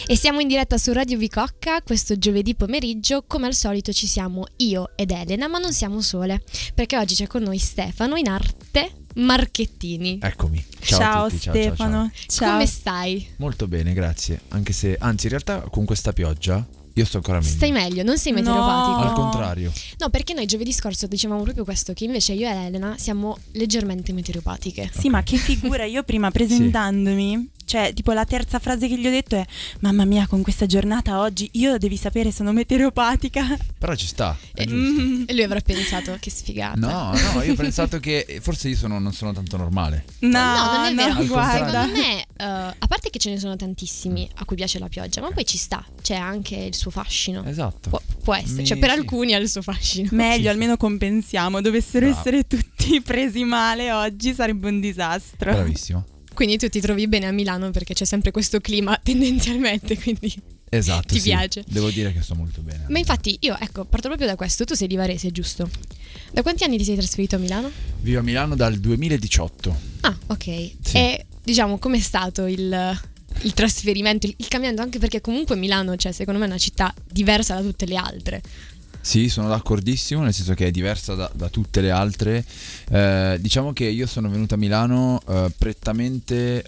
E siamo in diretta su Radio Bicocca questo giovedì pomeriggio. Come al solito ci siamo io ed Elena, ma non siamo sole, perché oggi c'è con noi Stefano in arte Marchettini. Eccomi. Ciao, a tutti, Stefano. Ciao. Come stai? Molto bene, grazie. Anche se, anzi, in realtà con questa pioggia io sto ancora meglio. Stai meglio, non sei meteoropatico? Al contrario. No, perché noi giovedì scorso dicevamo proprio questo, che invece io e Elena siamo leggermente meteoropatiche. Sì, ma che figura, io prima presentandomi, cioè tipo la terza frase che gli ho detto è: mamma mia, con questa giornata oggi io devi sapere sono meteoropatica. Però ci sta, è giusto. E lui avrà pensato che sfigata. No, io ho pensato che forse io non sono tanto normale. No, non è vero. Guarda. Secondo me, a parte che ce ne sono tantissimi a cui piace la pioggia, ma poi ci sta, c'è anche il suo fascino. Esatto. Può essere, cioè per sì. alcuni ha il suo fascino. Meglio, Sì. almeno compensiamo. Dovessero Bravo. essere tutti presi male oggi sarebbe un disastro. Bravissimo. Quindi tu ti trovi bene a Milano perché c'è sempre questo clima tendenzialmente, quindi Esatto. ti sì. piace. Devo dire che sto molto bene. Ma infatti io, ecco, parto proprio da questo. Tu sei di Varese, giusto? Da quanti anni ti sei trasferito a Milano? Vivo a Milano dal 2018. Ah, ok. Sì. E diciamo, com'è stato il trasferimento, il cambiamento? Anche perché comunque Milano, cioè, secondo me è una città diversa da tutte le altre. Sì, sono d'accordissimo, nel senso che è diversa da tutte le altre. Diciamo che io sono venuto a Milano prettamente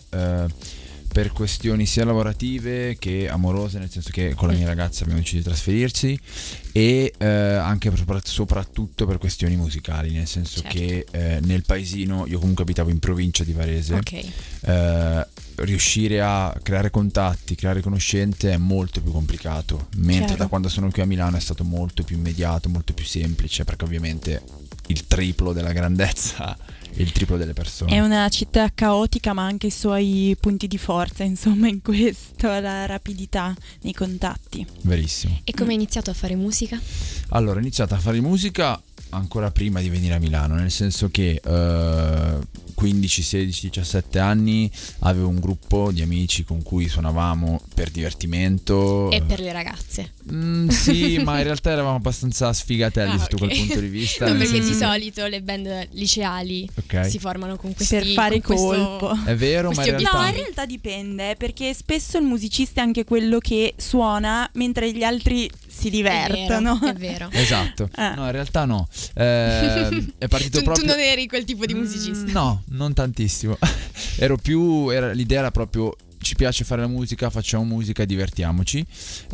per questioni sia lavorative che amorose, nel senso che con la mia ragazza abbiamo deciso di trasferirci, e anche soprattutto per questioni musicali, nel senso Certo. che nel paesino, io comunque abitavo in provincia di Varese, Ok. riuscire a creare contatti, creare conoscenze è molto più complicato, mentre Chiaro. da quando sono qui a Milano è stato molto più immediato, molto più semplice, perché ovviamente il triplo della grandezza e il triplo delle persone. È una città caotica, ma ha anche i suoi punti di forza, insomma, in questo, la rapidità nei contatti. Verissimo. E come hai iniziato a fare musica? Allora, ho iniziato a fare musica ancora prima di venire a Milano, nel senso che 15, 16, 17 anni avevo un gruppo di amici con cui suonavamo per divertimento. E per le ragazze? Sì, ma in realtà eravamo abbastanza sfigatelli sotto quel punto di vista. No, nel perché senso di che- solito le band liceali Ok. si formano con questi Per fare con questo- colpo. È vero, ma questi in realtà No, in realtà dipende, perché spesso il musicista è anche quello che suona mentre gli altri si divertono. È vero. Esatto. No, in realtà no. È partito Tu proprio. non eri quel tipo di musicista. No, non tantissimo. L'idea era proprio: ci piace fare la musica, facciamo musica, divertiamoci.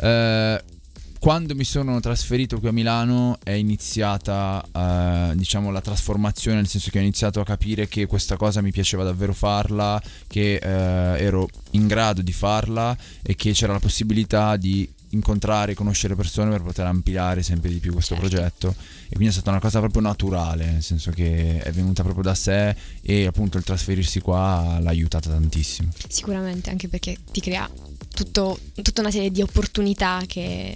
Quando mi sono trasferito qui a Milano è iniziata diciamo la trasformazione, nel senso che ho iniziato a capire che questa cosa mi piaceva davvero farla, che ero in grado di farla e che c'era la possibilità di incontrare, conoscere persone per poter ampliare sempre di più questo Certo. progetto, e quindi è stata una cosa proprio naturale, nel senso che è venuta proprio da sé, e appunto il trasferirsi qua l'ha aiutata tantissimo. Sicuramente, anche perché ti crea tutta una serie di opportunità che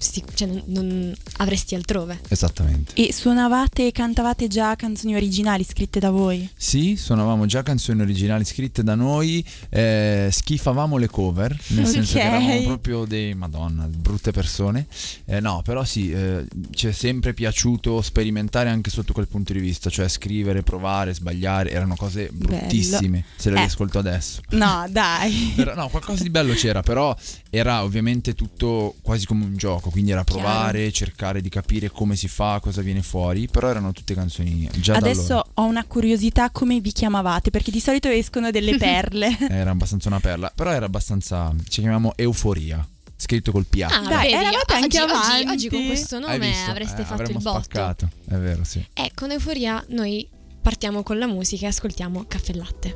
non avresti altrove. Esattamente. E suonavate e cantavate già canzoni originali scritte da voi? Sì, suonavamo già canzoni originali scritte da noi, schifavamo le cover, nel senso che Ok. eravamo proprio dei madonna, brutte persone. No, però sì, ci è sempre piaciuto sperimentare anche sotto quel punto di vista, cioè scrivere, provare, sbagliare, erano cose bruttissime, se le riascolto adesso. No, dai. Però, no, qualcosa di bello c'era, però era ovviamente tutto quasi come un gioco, quindi era provare, cercare di capire come si fa, cosa viene fuori, però erano tutte canzoni già da Adesso allora. ho una curiosità: come vi chiamavate? Perché di solito escono delle perle. Era abbastanza una perla, però era abbastanza, ci chiamiamo Euforia, scritto col PH. Ah, Dai, vedi, eravate anche avanti. oggi con questo Hai nome visto? avreste fatto avremmo il botto. spaccato, è vero, sì. E con Euforia noi partiamo con la musica e ascoltiamo Caffè e Latte.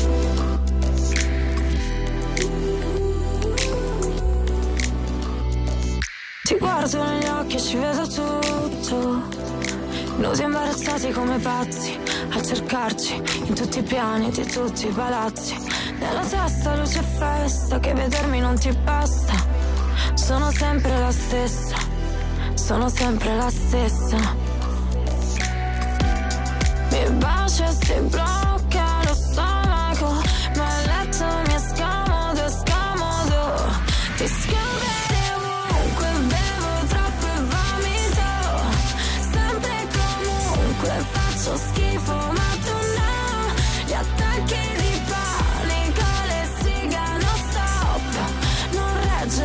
Ti guardo negli occhi e ci vedo tutto. Nudi imbarazzati come pazzi a cercarci in tutti i piani di tutti i palazzi. Nella testa luce e festa, che vedermi non ti basta. Sono sempre la stessa, sono sempre la stessa. Mi bacia e si blocca lo stomaco, ma il letto mi è scomodo, scomodo. Ti scriverei ovunque, bevo troppo e vomito. Sempre e comunque faccio schifo, ma tu no. Gli attacchi di panico, le siga non stop. Non regge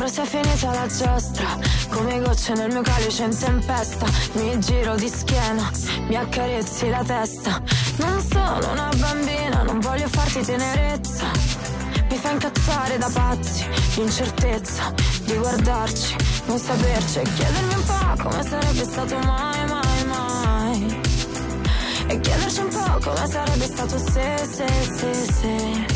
sembra sia finita la giostra, come gocce nel mio calice in tempesta. Mi giro di schiena, mi accarezzi la testa. Non sono una bambina, non voglio farti tenerezza. Mi fa incazzare da pazzi, l'incertezza di guardarci, non saperci e chiedermi un po' come sarebbe stato mai, mai, mai. E chiederci un po' come sarebbe stato se.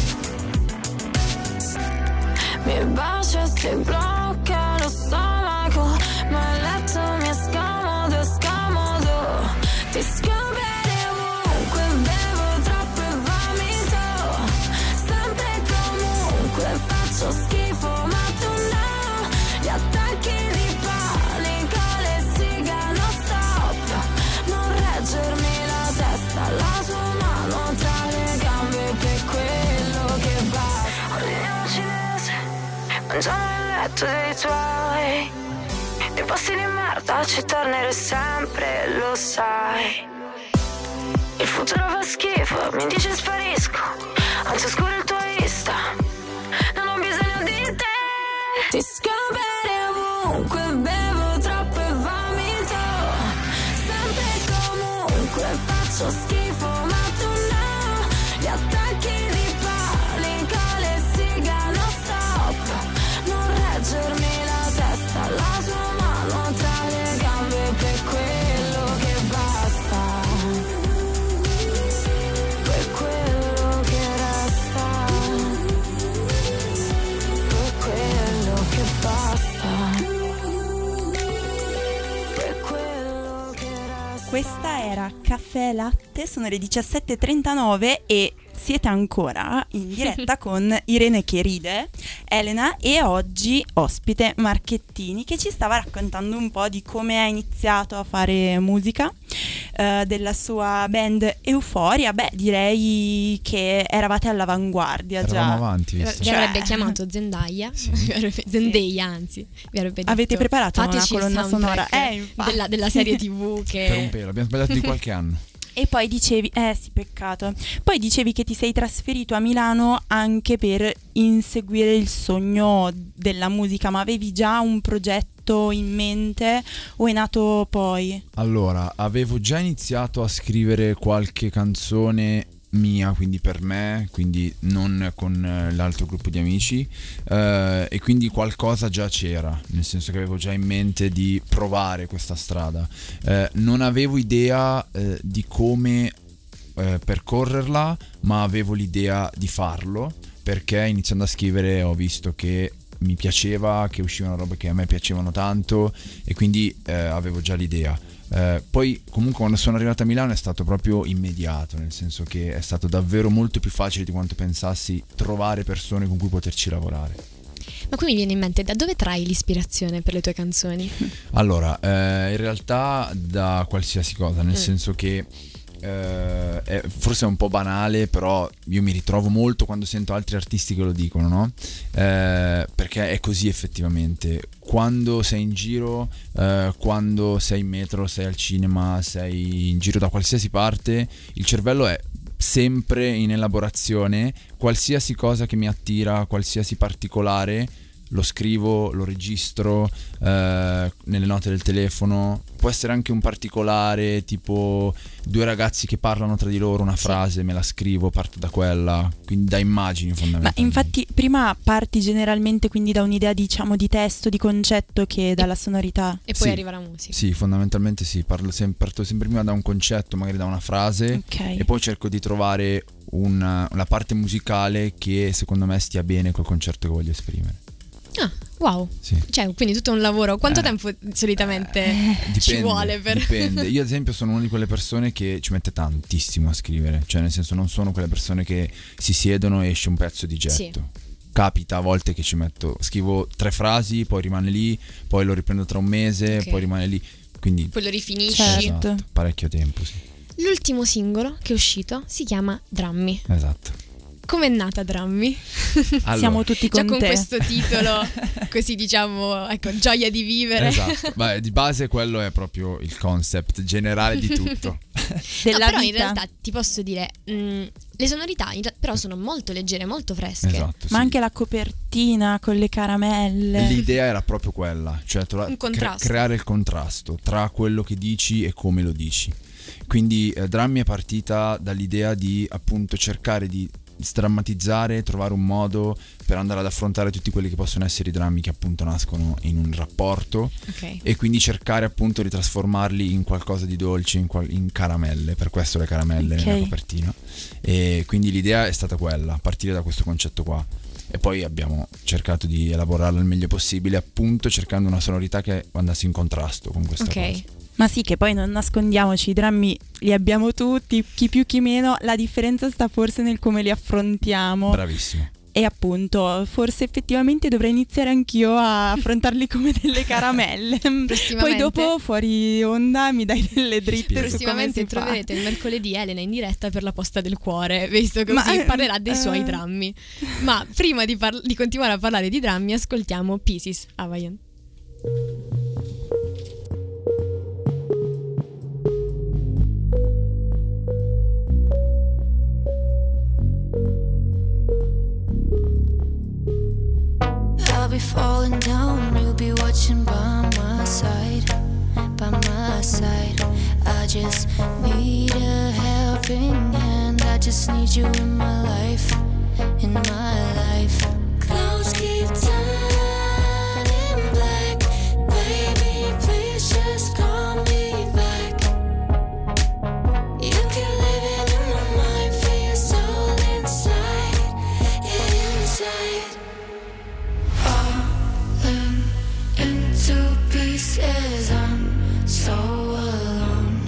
Mi bacia e si blocca lo stomaco, ma il letto mi è scomodo, scomodo. Ti scoprire ovunque, bevo troppo e vomito. Sempre e comunque faccio schifo, ma tu no. Gli attacchi di panico, le siga non stop. Non reggermi la testa, la tua mano tra le gambe per quello che va. Mangiamo nel letto dei tuoi, nei posti di merda ci tornerei sempre, lo sai. Il futuro fa schifo, mi dice sparisco, anzi oscuro il tuo Insta, non ho bisogno di te. Ti scoprire ovunque, bevo troppo e vomito. Sempre e comunque faccio schifo, ma tu no. Gli attacchi di panico, le siga non stop. Non reggermi la testa, la tua mano tra le gambe per quello che basta. Per quello che resta. Per quello che basta. Per quello che resta. Questa era Caffè e Latte, sono le 17:39 e siete ancora in diretta con Irene che ride, Elena e oggi ospite Marchettini, che ci stava raccontando un po' di come ha iniziato a fare musica, della sua band Euforia. Beh, direi che eravate all'avanguardia. Eravamo già avanti, visto? Vi avrebbe chiamato Zendaya, Sì. Zendaya anzi, vi avrebbe detto, avete preparato una fateci il colonna sonora soundtrack infatti. della serie TV Per un che pelo, abbiamo sbagliato di qualche anno. E poi dicevi, sì, peccato. Poi dicevi che ti sei trasferito a Milano anche per inseguire il sogno della musica, ma avevi già un progetto in mente o è nato poi? Allora, avevo già iniziato a scrivere qualche canzone mia, quindi per me, quindi non con l'altro gruppo di amici, e quindi qualcosa già c'era, nel senso che avevo già in mente di provare questa strada. Non avevo idea di come percorrerla, ma avevo l'idea di farlo, perché iniziando a scrivere ho visto che mi piaceva, che uscivano robe che a me piacevano tanto e quindi avevo già l'idea. Poi comunque quando sono arrivato a Milano è stato proprio immediato, nel senso che è stato davvero molto più facile di quanto pensassi trovare persone con cui poterci lavorare. Ma qui mi viene in mente, da dove trai l'ispirazione per le tue canzoni? Allora, in realtà da qualsiasi cosa, nel senso che forse è un po' banale, però io mi ritrovo molto quando sento altri artisti che lo dicono, no? Perché è così effettivamente. Quando sei in giro, quando sei in metro, sei al cinema, sei in giro da qualsiasi parte, il cervello è sempre in elaborazione. Qualsiasi cosa che mi attira, qualsiasi particolare, lo scrivo, lo registro nelle note del telefono. Può essere anche un particolare, tipo due ragazzi che parlano tra di loro una frase, me la scrivo, parto da quella, quindi da immagini fondamentalmente. Ma infatti prima parti generalmente quindi da un'idea, diciamo, di testo, di concetto, che dalla sonorità. E poi Sì. arriva la musica. Sì, fondamentalmente sì, parto sempre prima da un concetto, magari da una frase, Ok. e poi cerco di trovare una parte musicale che secondo me stia bene col concetto che voglio esprimere. Ah, wow. Sì. Cioè, quindi tutto un lavoro. Quanto tempo solitamente ci vuole per... Dipende. Io ad esempio sono una di quelle persone che ci mette tantissimo a scrivere, cioè nel senso non sono quelle persone che si siedono e esce un pezzo di getto. Sì. Capita a volte che scrivo 3 frasi, poi rimane lì, poi lo riprendo tra un mese, Ok. poi rimane lì, quindi Poi lo rifinisci. Certo. parecchio tempo, sì. L'ultimo singolo che è uscito si chiama Drammi. Esatto. com'è nata Drammi? Allora, Siamo tutti Già con con te. questo titolo, così diciamo, ecco, gioia di vivere. esatto. Beh, di base quello è proprio il concept generale di tutto. Della No, però in vita. realtà ti posso dire, le sonorità però sono molto leggere, molto fresche. Esatto, Ma sì. anche la copertina con le caramelle. L'idea era proprio quella, cioè Un contrasto. creare il contrasto tra quello che dici e come lo dici. Quindi Drammi è partita dall'idea di appunto cercare di sdrammatizzare, trovare un modo per andare ad affrontare tutti quelli che possono essere i drammi che appunto nascono in un rapporto, Ok. e quindi cercare appunto di trasformarli in qualcosa di dolce, in caramelle, per questo le caramelle Ok. nella copertina. E quindi l'idea è stata quella, partire da questo concetto qua. E poi abbiamo cercato di elaborarlo il meglio possibile, appunto cercando una sonorità che andasse in contrasto con questa cosa. Ok. Ma sì, che poi non nascondiamoci, i drammi li abbiamo tutti, chi più chi meno, la differenza sta forse nel come li affrontiamo. Bravissimo. E appunto, forse effettivamente dovrei iniziare anch'io a affrontarli come delle caramelle. Poi dopo fuori onda mi dai delle dritte su come Prossimamente si fa. troverete il mercoledì Elena in diretta per la posta del cuore, visto che Ma, così parlerà dei suoi drammi. Ma prima di continuare a parlare di drammi, ascoltiamo Pieces, Hawaiian. I'll be falling down, you'll be watching by my side, by my side. I just need a helping hand, I just need you in my life, in my life. Clouds keep turning black, baby, please just call me back. You keep living in my mind, feel your soul inside, yeah, inside. Falling into pieces, I'm so alone.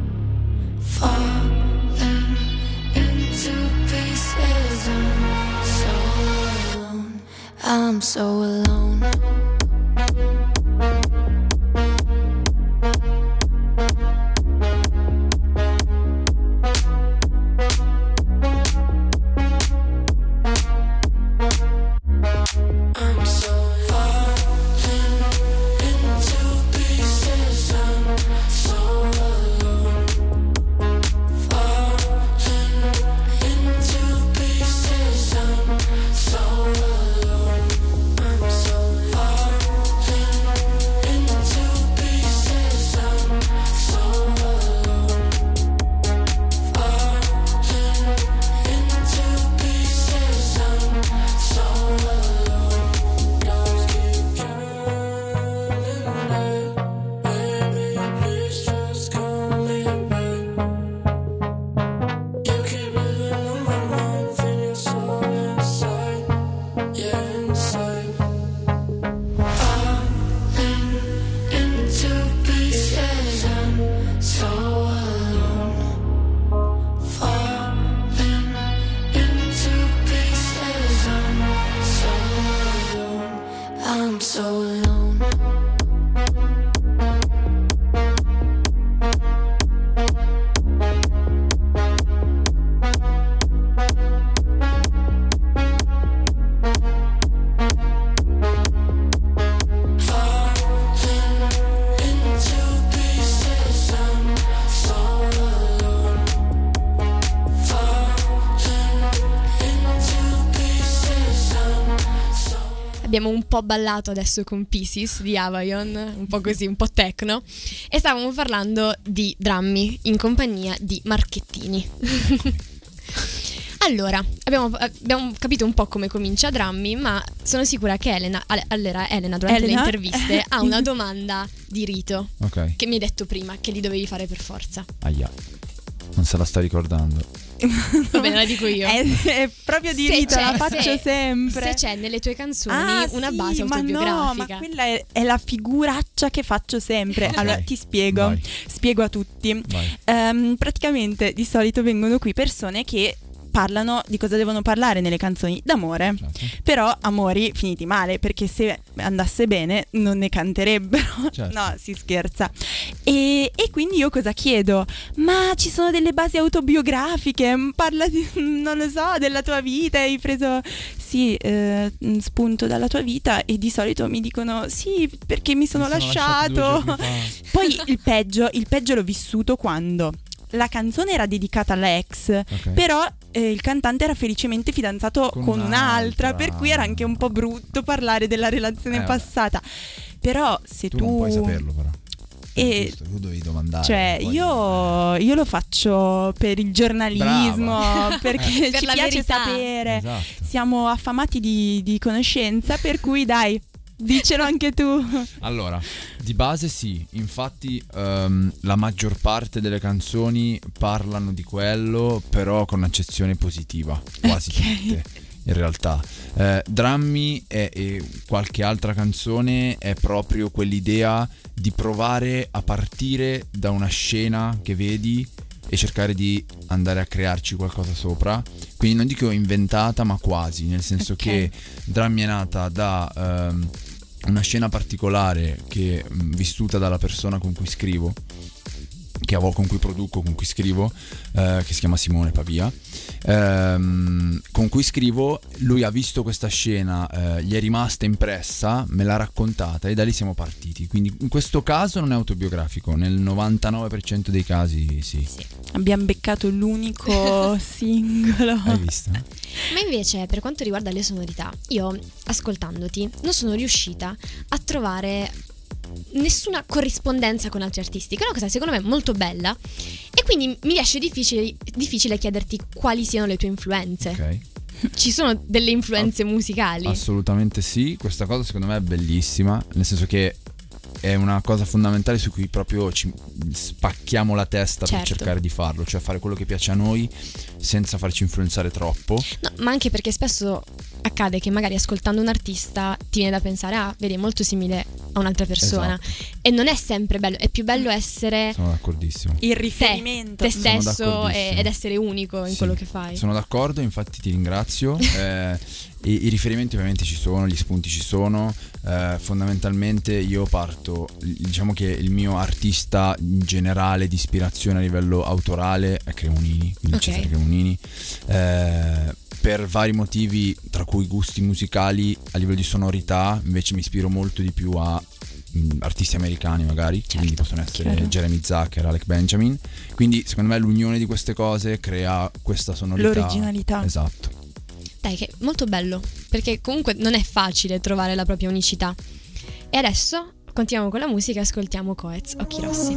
Falling into pieces, I'm so alone. I'm so alone. I'm so falling into pieces, I'm so alone. Falling into pieces, I'm so alone. I'm so falling into pieces, I'm so alone. Falling into pieces, I'm so alone. Clouds keep turning black, baby, please just call me back. You keep living in my mind, feel your soul inside, yeah, inside. Falling into pieces, I'm so alone. Falling into pieces, I'm so alone. I'm so alone. Falling into pieces, I'm so alone. Falling into pieces, I'm so. Abbiamo un po' ballato adesso con Pieces di Hawaiian, un po' così, un po' techno, e stavamo parlando di drammi in compagnia di Marchettini. Allora, abbiamo capito un po' come comincia Drammi, ma sono sicura che Elena durante le interviste ha una domanda di rito Ok. che mi hai detto prima che li dovevi fare per forza. Ahia. Non se la sta ricordando. Va bene, la dico io. È proprio di Se vita, la c'è- faccio se- sempre. Se c'è nelle tue canzoni una sì, base ma autobiografica. no, ma quella è la figuraccia che faccio sempre. Ok. Allora ti spiego, Vai. spiego a tutti. Vai. Praticamente di solito vengono qui persone che parlano di cosa devono parlare nelle canzoni? D'amore. Certo. Però amori finiti male, perché se andasse bene non ne canterebbero. Certo. No, si scherza. E quindi io cosa chiedo? Ma ci sono delle basi autobiografiche? Parla di, non lo so, della tua vita, hai preso spunto dalla tua vita, e di solito mi dicono sì, perché mi sono lasciato. 2 giorni fa. Poi il peggio l'ho vissuto quando la canzone era dedicata alla ex, Ok. però il cantante era felicemente fidanzato Con con un'altra, un'altra. per cui era anche un po' brutto parlare della relazione Vabbè. passata. Però se Tu non puoi saperlo, però. E- Giusto, tu dovevi domandare. cioè non puoi- io lo faccio per il giornalismo, Brava. perché Per ci la piace verità. sapere. Esatto. Siamo affamati di conoscenza, per cui dai, dicelo anche tu. Allora, di base sì, infatti la maggior parte delle canzoni parlano di quello, però con accezione positiva, quasi Ok. tutte in realtà. Drammi e qualche altra canzone è proprio quell'idea di provare a partire da una scena che vedi e cercare di andare a crearci qualcosa sopra. Quindi non dico inventata, ma quasi, nel senso Ok. che Drammi è nata da una scena particolare che vissuta dalla persona con cui scrivo, con cui produco, con cui scrivo, che si chiama Simone Pavia, con cui scrivo. Lui ha visto questa scena, gli è rimasta impressa, me l'ha raccontata e da lì siamo partiti. Quindi in questo caso non è autobiografico, nel 99% dei casi sì. Abbiamo beccato l'unico singolo. Hai visto? Ma invece, per quanto riguarda le sonorità, io, ascoltandoti, non sono riuscita a trovare nessuna corrispondenza con altri artisti, che è una cosa secondo me molto bella, e quindi mi riesce difficile chiederti quali siano le tue influenze. Ok. Ci sono delle influenze musicali? Assolutamente sì, questa cosa secondo me è bellissima, nel senso che è una cosa fondamentale su cui proprio ci spacchiamo la testa per Certo. cercare di farlo, cioè fare quello che piace a noi senza farci influenzare troppo. No, ma anche perché spesso accade che magari ascoltando un artista ti viene da pensare, ah, vedi, è molto simile a un'altra persona. Esatto. E non è sempre bello, è più bello essere Sono d'accordissimo. Il riferimento. te Sono stesso d'accordissimo. ed essere unico in Sì, quello che fai. Sono d'accordo, infatti ti ringrazio. I riferimenti ovviamente ci sono, gli spunti ci sono. Fondamentalmente io parto, diciamo che il mio artista in generale di ispirazione a livello autorale è Cremonini, quindi Ok. Cesare Cremonini. Per vari motivi, tra cui gusti musicali, a livello di sonorità invece mi ispiro molto di più a artisti americani magari, quindi possono essere chiaro. Jeremy Zucker, Alec Benjamin. Quindi secondo me l'unione di queste cose crea questa sonorità. L'originalità. Esatto. Dai, che è molto bello, perché comunque non è facile trovare la propria unicità. E adesso continuiamo con la musica e ascoltiamo Coez, Occhi Rossi.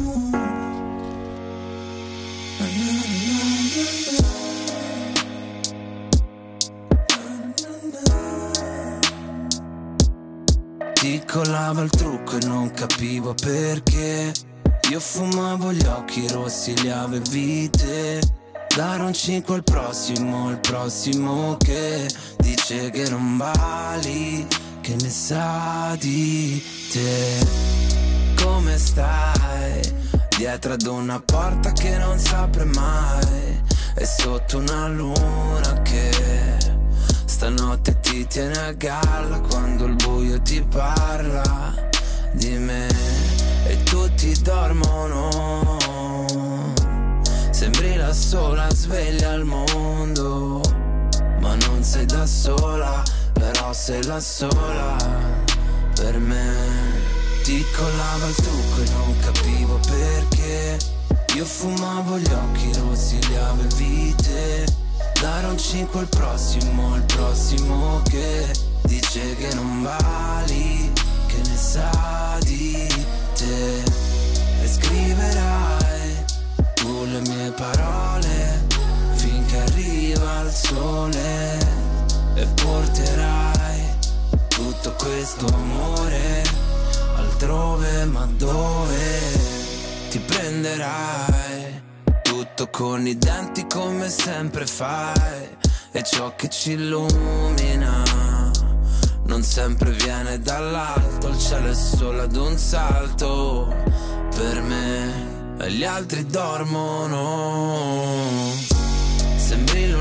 Ti collava il trucco e non capivo perché. Io fumavo gli occhi rossi, li avevi te. Dare un 5 al prossimo, il prossimo che dice che non vali, che ne sa di te. Come stai? Dietro ad una porta che non si apre mai, e sotto una luna che stanotte ti tiene a galla quando il buio ti parla di me e tutti dormono. Sembri la sola sveglia al mondo, ma non sei da sola, però sei la sola per me. Ti collava il trucco e non capivo perché. Io fumavo gli occhi rossi, li avevi te. Dare un 5 al prossimo, il prossimo che dice che non vali, che ne sa di te. E scriverai tu le mie parole finché arriva il sole, e porterai tutto questo amore altrove, ma dove ti prenderai? Tutto con i denti come sempre fai, e ciò che ci illumina non sempre viene dall'alto. Il cielo è solo ad un salto per me e gli altri dormono. Sembri l'unica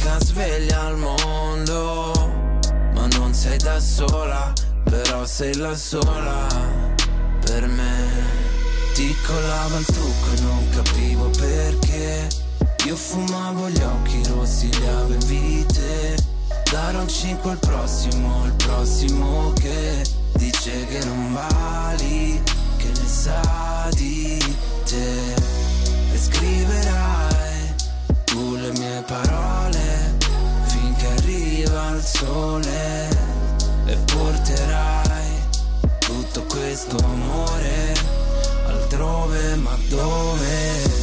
l'unica sveglia al mondo, ma non sei da sola, però sei la sola per me. Ti collava il trucco e non capivo perché. Io fumavo gli occhi rossi, li avevi vite. Darò un 5 al prossimo, il prossimo che dice che non vali, che ne sa di te. E scriverai tu le mie parole finché arriva il sole. E porterai tutto questo amore altrove, ma dove?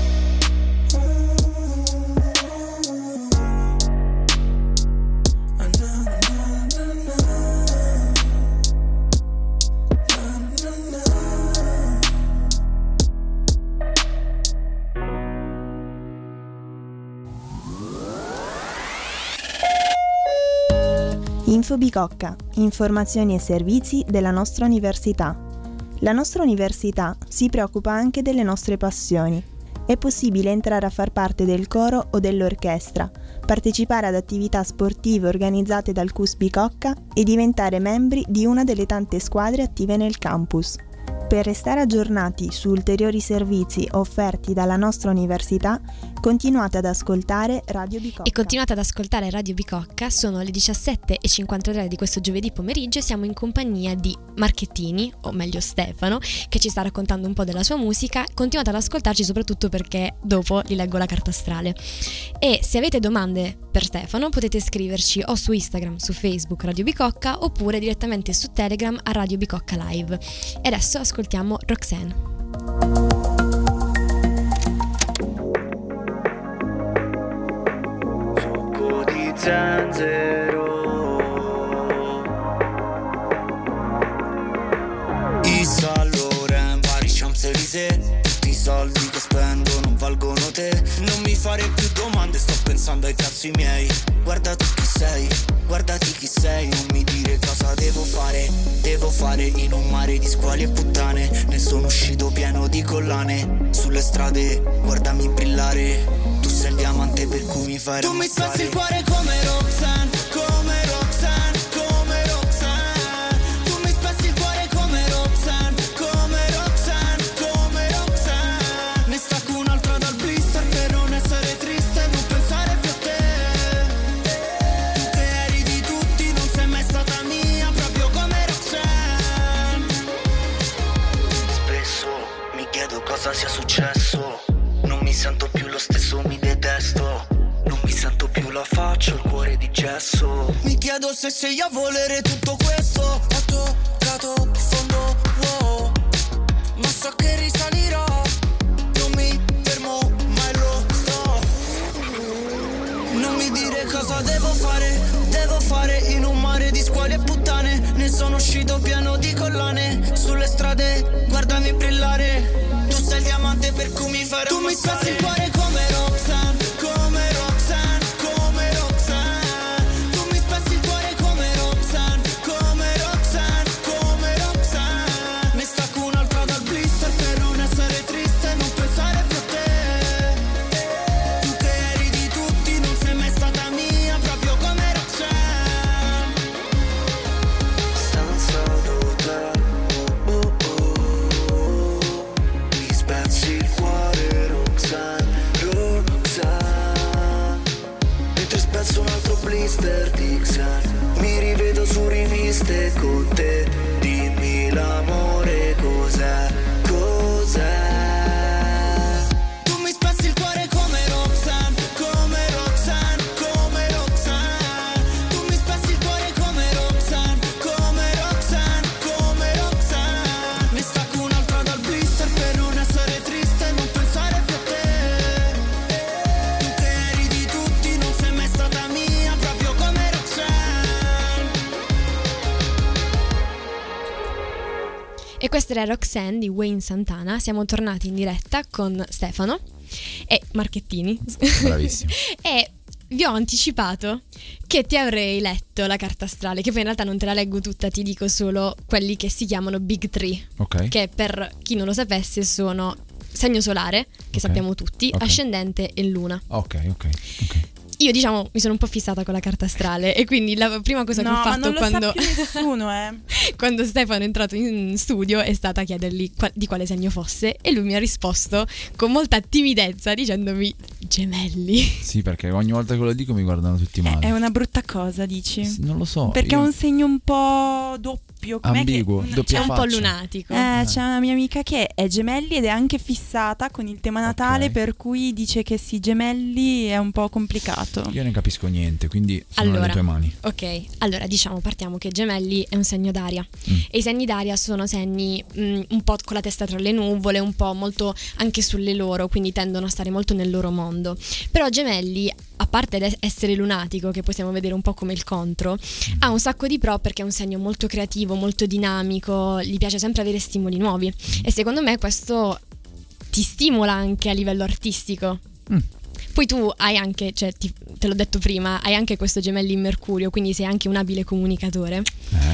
Info Bicocca, informazioni e servizi della nostra università. La nostra università si preoccupa anche delle nostre passioni. È possibile entrare a far parte del coro o dell'orchestra, partecipare ad attività sportive organizzate dal CUS Bicocca e diventare membri di una delle tante squadre attive nel campus. Per restare aggiornati su ulteriori servizi offerti dalla nostra università, continuate ad ascoltare Radio Bicocca. E continuate ad ascoltare Radio Bicocca, sono le 17:53 di questo giovedì pomeriggio e siamo in compagnia di Marchettini, o meglio Stefano, che ci sta raccontando un po' della sua musica. Continuate ad ascoltarci soprattutto perché dopo gli leggo la carta astrale. E se avete domande per Stefano potete scriverci o su Instagram, su Facebook Radio Bicocca, oppure direttamente su Telegram a Radio Bicocca Live. E adesso ascoltiamo Roxanne. Zanzero, i Saint Paris Champs-Élysées, tutti i soldi che spendo non valgono te. Non mi fare più domande, sto pensando ai cazzi miei. Guarda tu chi sei, guardati chi sei. Non mi dire cosa devo fare in un mare di squali e puttane. Ne sono uscito pieno di collane, sulle strade guardami brillare. Tu sei il diamante per cui mi fai rammazzare. Tu mi spezzi il cuore come Roxanne, come Roxanne, come Roxanne. Tu mi spezzi il cuore come Roxanne, come Roxanne, come Roxanne. Ne stacco un'altra dal blister per non essere triste e non pensare più a te. Tu che eri di tutti, non sei mai stata mia, proprio come Roxanne. Spesso mi chiedo cosa sia successo. Non mi sento più lo stesso, mi detesto. Non mi sento più la faccia, il cuore di gesso. Mi chiedo se sei a volere tutto questo. Ho toccato il fondo, wow. Ma so che risalirò. Non mi fermo, mai lo sto. Non mi dire cosa devo fare in un mare di squali e puttane. Ne sono uscito pieno di collane, sulle strade guardami brillare. Tu sei il diamante per cui mi fai rammazzare. Tu mi spezzi il cuore come Roxanne, come Roxanne, come Roxanne. Tu mi spezzi il cuore come Roxanne, come Roxanne, come Roxanne. Ne stacco un'altra dal blister per non essere triste e non pensare più a te. Tu che eri di tutti, non sei mai stata mia, proprio come Roxanne. Stanza d'hotel, mi spezzi il cuore Roxanne, Roxanne. Mentre spezzo un altro blister di Xan, mi rivedo su riviste con te. Dimmi l'amore cos'è, cos'è. Tu mi spezzi il cuore come Roxanne, come Roxanne, come Roxanne. Tu mi spezzi il cuore come Roxanne, come Roxanne, come Roxanne. Ne stacco un'altra dal blister per non essere triste e non pensare più a te. Tu che eri di tutti, non sei mai stata mia, proprio come Roxanne. E questa era Roxanne di Wayne Santana. Siamo tornati in diretta con Stefano e Marchettini. Bravissimo. E vi ho anticipato che ti avrei letto la carta astrale, che poi in realtà non te la leggo tutta, ti dico solo quelli che si chiamano Big Three, Ok. che per chi non lo sapesse sono segno solare, che Ok. sappiamo tutti, Ok. ascendente e luna. Ok. io diciamo mi sono un po' fissata con la carta astrale e quindi la prima cosa che ho fatto non quando lo sa più nessuno, quando Stefano è entrato in studio è stata chiedergli di quale segno fosse e lui mi ha risposto con molta timidezza dicendomi gemelli. Sì, perché ogni volta che lo dico mi guardano tutti male. È una brutta cosa, dici? Non lo so. Perché è un segno un po' doppio, ambiguo, doppia È un po' faccia. lunatico. C'è una mia amica che è gemelli ed è anche fissata con il tema Natale, Ok. per cui dice che sì, gemelli è un po' complicato. Io ne capisco niente, quindi sono nelle tue mani. Ok, allora diciamo partiamo che gemelli è un segno d'aria e i segni d'aria sono segni un po' con la testa tra le nuvole, un po' molto anche sulle loro, quindi tendono a stare molto nel loro mondo. Però gemelli, a parte essere lunatico, che possiamo vedere un po' come il contro, ha un sacco di pro perché è un segno molto creativo, molto dinamico, gli piace sempre avere stimoli nuovi e secondo me questo ti stimola anche a livello artistico. Poi tu hai anche, cioè te l'ho detto prima, hai anche questo gemelli in Mercurio, quindi sei anche un abile comunicatore.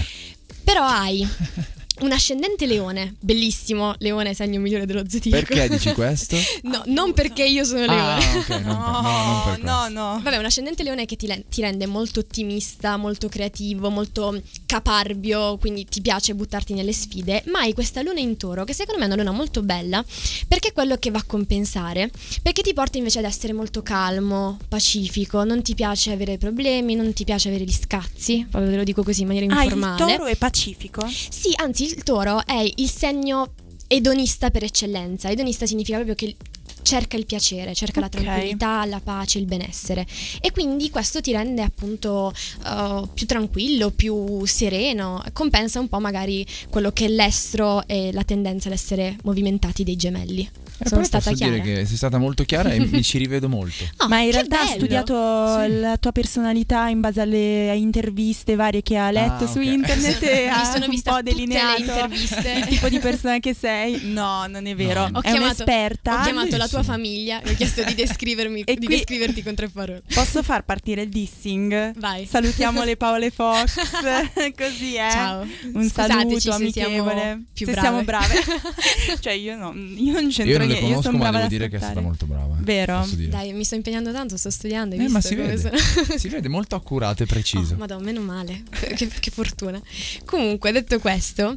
Però hai un ascendente leone, bellissimo, leone è segno migliore dello zodiaco. Perché dici questo? No, non perché io sono leone. Ok, non per questo. No. Vabbè, un ascendente leone che ti rende molto ottimista, molto creativo, molto caparbio, quindi ti piace buttarti nelle sfide, ma hai questa luna in Toro che secondo me è una luna molto bella perché è quello che va a compensare, perché ti porta invece ad essere molto calmo, pacifico, non ti piace avere problemi, non ti piace avere gli scazzi, proprio te lo dico così in maniera informale. Il Toro è pacifico? Sì, anzi il Toro è il segno edonista per eccellenza. Edonista significa proprio che cerca il piacere, cerca la tranquillità, la pace, il benessere e quindi questo ti rende appunto più tranquillo, più sereno, compensa un po' magari quello che è l'estro e la tendenza ad essere movimentati dei gemelli. Sono stata chiara? Posso dire che sei stata molto chiara e mi ci rivedo molto. Oh, ma in che realtà bello. ha studiato la tua personalità in base alle interviste varie che ha letto su ok. internet e Mi ha sono un vista po' tutte le delineato interviste. il tipo di persona che sei. No, non è vero. No. È un'esperta. Ho chiamato la tua Bellissimo. famiglia e ho chiesto di descrivermi E di qui- descriverti con 3 parole. Posso far partire il dissing? Vai. Salutiamo le Paole Fox. Così è. Ciao. Un Scusateci saluto se siamo amichevole. più se brave. siamo brave. Cioè io non c'entro Io non le niente. Io conosco, sono ma brava devo ad dire che è stata ascoltare. molto brava. Vero? Posso dire. Dai, mi sto impegnando tanto, sto studiando, hai Ma visto si come vede. sono? Si vede molto accurato e preciso. Madonna, meno male. Che fortuna. Comunque, detto questo,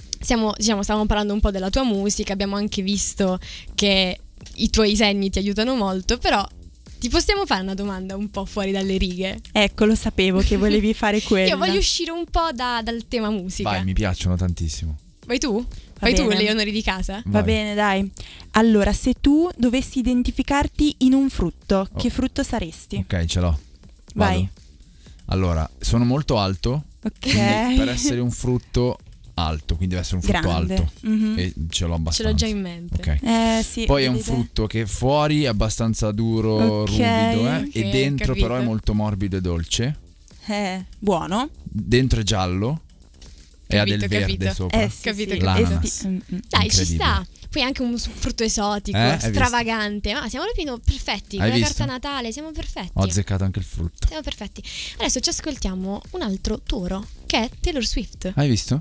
stavamo parlando un po' della tua musica, abbiamo anche visto che i tuoi segni ti aiutano molto, però ti possiamo fare una domanda un po' fuori dalle righe? Ecco, lo sapevo che volevi fare quello. Io voglio uscire un po' dal tema musica. Vai, mi piacciono tantissimo. Vai tu? Va Vai tu, bene. le onori di casa? Va Vai. bene, dai. Allora, se tu dovessi identificarti in un frutto, che frutto saresti? Ok, ce l'ho. Vai. Vado. Allora, sono molto alto, Ok. quindi per essere un frutto alto, quindi deve essere un frutto Grande. alto. Mhm. E ce l'ho Ce abbastanza. l'ho già in mente. Ok. Sì, Poi è un vedete? frutto che fuori è abbastanza duro, Ok. ruvido, Ok, e dentro capito. però è molto morbido e dolce. Buono. Dentro è giallo e ha del Capito, verde capito. sopra. Sì, Capito, sì. L'ananas. Mm. Dai, ci Incredibile. sta. Poi anche un frutto esotico, Hai visto? stravagante. Ma siamo proprio perfetti. Hai Con la visto? carta Natale siamo perfetti. Ho azzeccato anche il frutto. Siamo perfetti. Adesso ci ascoltiamo un altro Toro, che è Taylor Swift. Hai visto?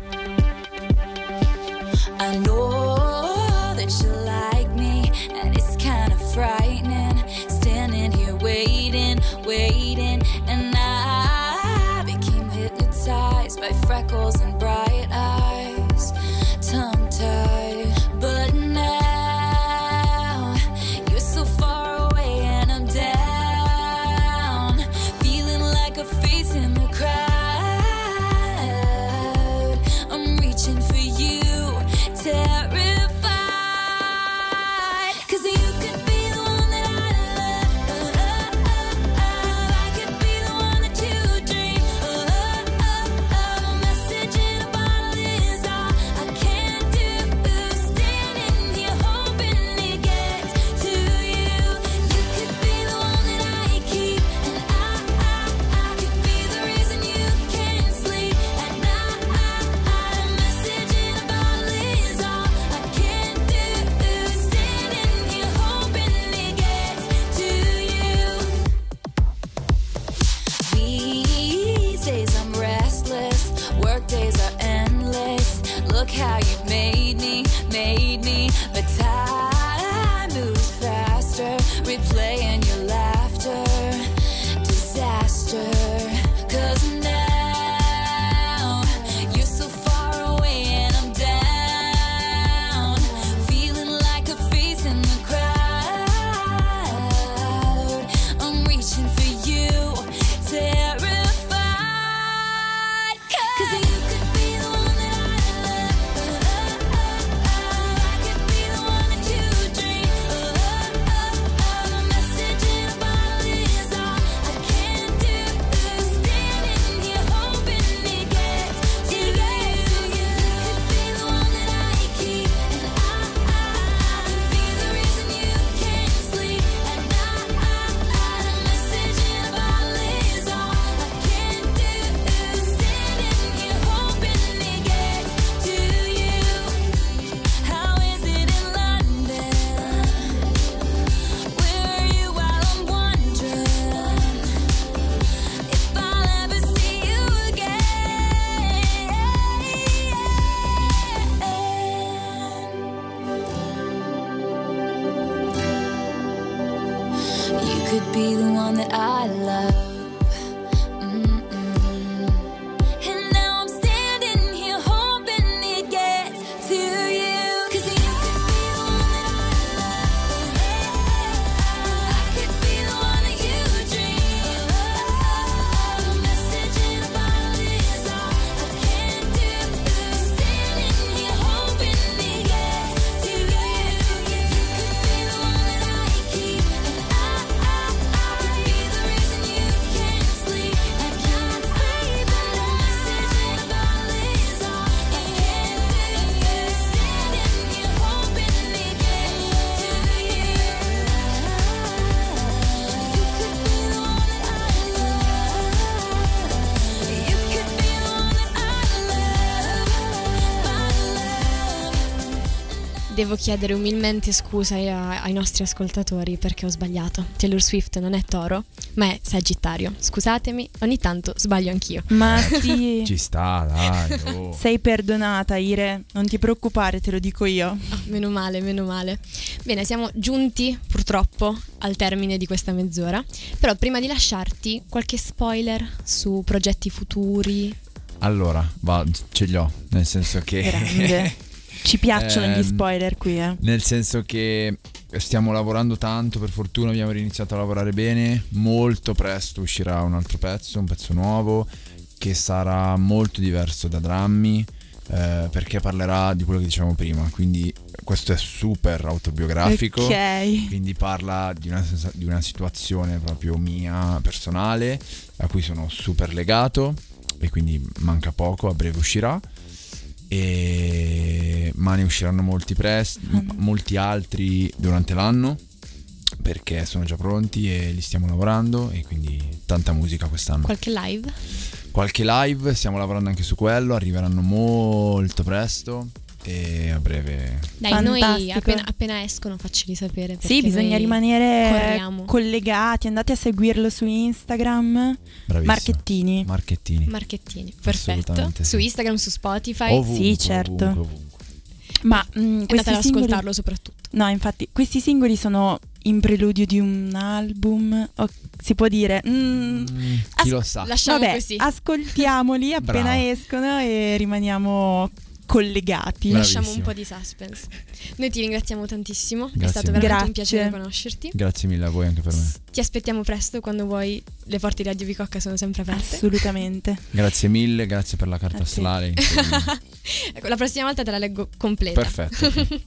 I know that you like me, and it's kind of frightening. Standing here waiting, and I became hypnotized by freckles and bright eyes, tongue-tied. But now you're so far away, and I'm down, feeling like a face in the crowd. I'm reaching for you, terrified, 'cause you could be the one that I love. I could be the one that you dream. A message in a bottle is all I can do. Standing here hoping it gets to you. You could be the one that I keep, and I could be the reason you can't sleep at night. A message in a bottle is all I can do. Standing here hoping it gets to you. These days I'm restless, work days are endless. Look how you made me, but time moves faster, replaying your laughter. could be the one that I love. And now I'm standing here hoping it gets to you. 'Cause you could be the one that I love. I could be the one that you dream of. A message in a bottle is all I can do. Standing here hoping it gets to you. You could be the one that I keep, and I could be the reason you can't sleep. I can't sleep, and a message in a bottle is all I can do. Standing here hoping it gets to you. You could be the one that I love. You could be the one that I love. Devo chiedere umilmente scusa ai nostri ascoltatori perché ho sbagliato. Taylor Swift non è toro, ma è Sagittario. Scusatemi, ogni tanto sbaglio anch'io. Ma sì, Ci sta, dai. Oh. sei perdonata, Ire, non ti preoccupare, te lo dico io. Ah, meno male, meno male. Bene, siamo giunti purtroppo al termine di questa mezz'ora. Però prima di lasciarti, qualche spoiler su progetti futuri? Allora, ce li ho, nel senso che Grande. Ci piacciono gli Ehm, spoiler qui, eh. nel senso che stiamo lavorando tanto, per fortuna abbiamo iniziato a lavorare bene. Molto presto uscirà un altro pezzo, un pezzo nuovo che sarà molto diverso da Drammi, perché parlerà di quello che dicevamo prima. Quindi questo è super autobiografico. Ok. Quindi parla di una situazione proprio mia, personale, a cui sono super legato, e quindi manca poco, a breve uscirà. Ma ne usciranno molti altri durante l'anno, perché sono già pronti e li stiamo lavorando, e quindi tanta musica quest'anno. Qualche live? Qualche live, stiamo lavorando anche su quello, arriveranno molto presto e a breve. Dai, noi Fantastico. appena escono facceli sapere. Sì, perché bisogna noi rimanere corriamo. collegati, andate a seguirlo su Instagram. Bravissimo. Marchettini. Marchettini, perfetto. Assolutamente sì. Su Instagram, su Spotify. Ovunque, Sì, certo. ovunque. Ma Andate questi ad singoli... ascoltarlo soprattutto. No, infatti, questi singoli sono in preludio di un album, o si può dire. Chi lo sa? Lasciamo Vabbè, così. ascoltiamoli appena Brava. escono e rimaniamo collegati. Bravissimo. Lasciamo un po' di suspense. Noi ti ringraziamo tantissimo. È Grazie stato mille. veramente un Grazie. piacere conoscerti. Grazie mille a voi anche per me. Ti aspettiamo presto quando vuoi. Le porte di Radio Bicocca sono sempre aperte. Assolutamente. Grazie mille, grazie per la carta A te. astrale. Ecco, la prossima volta te la leggo completa. Perfetto.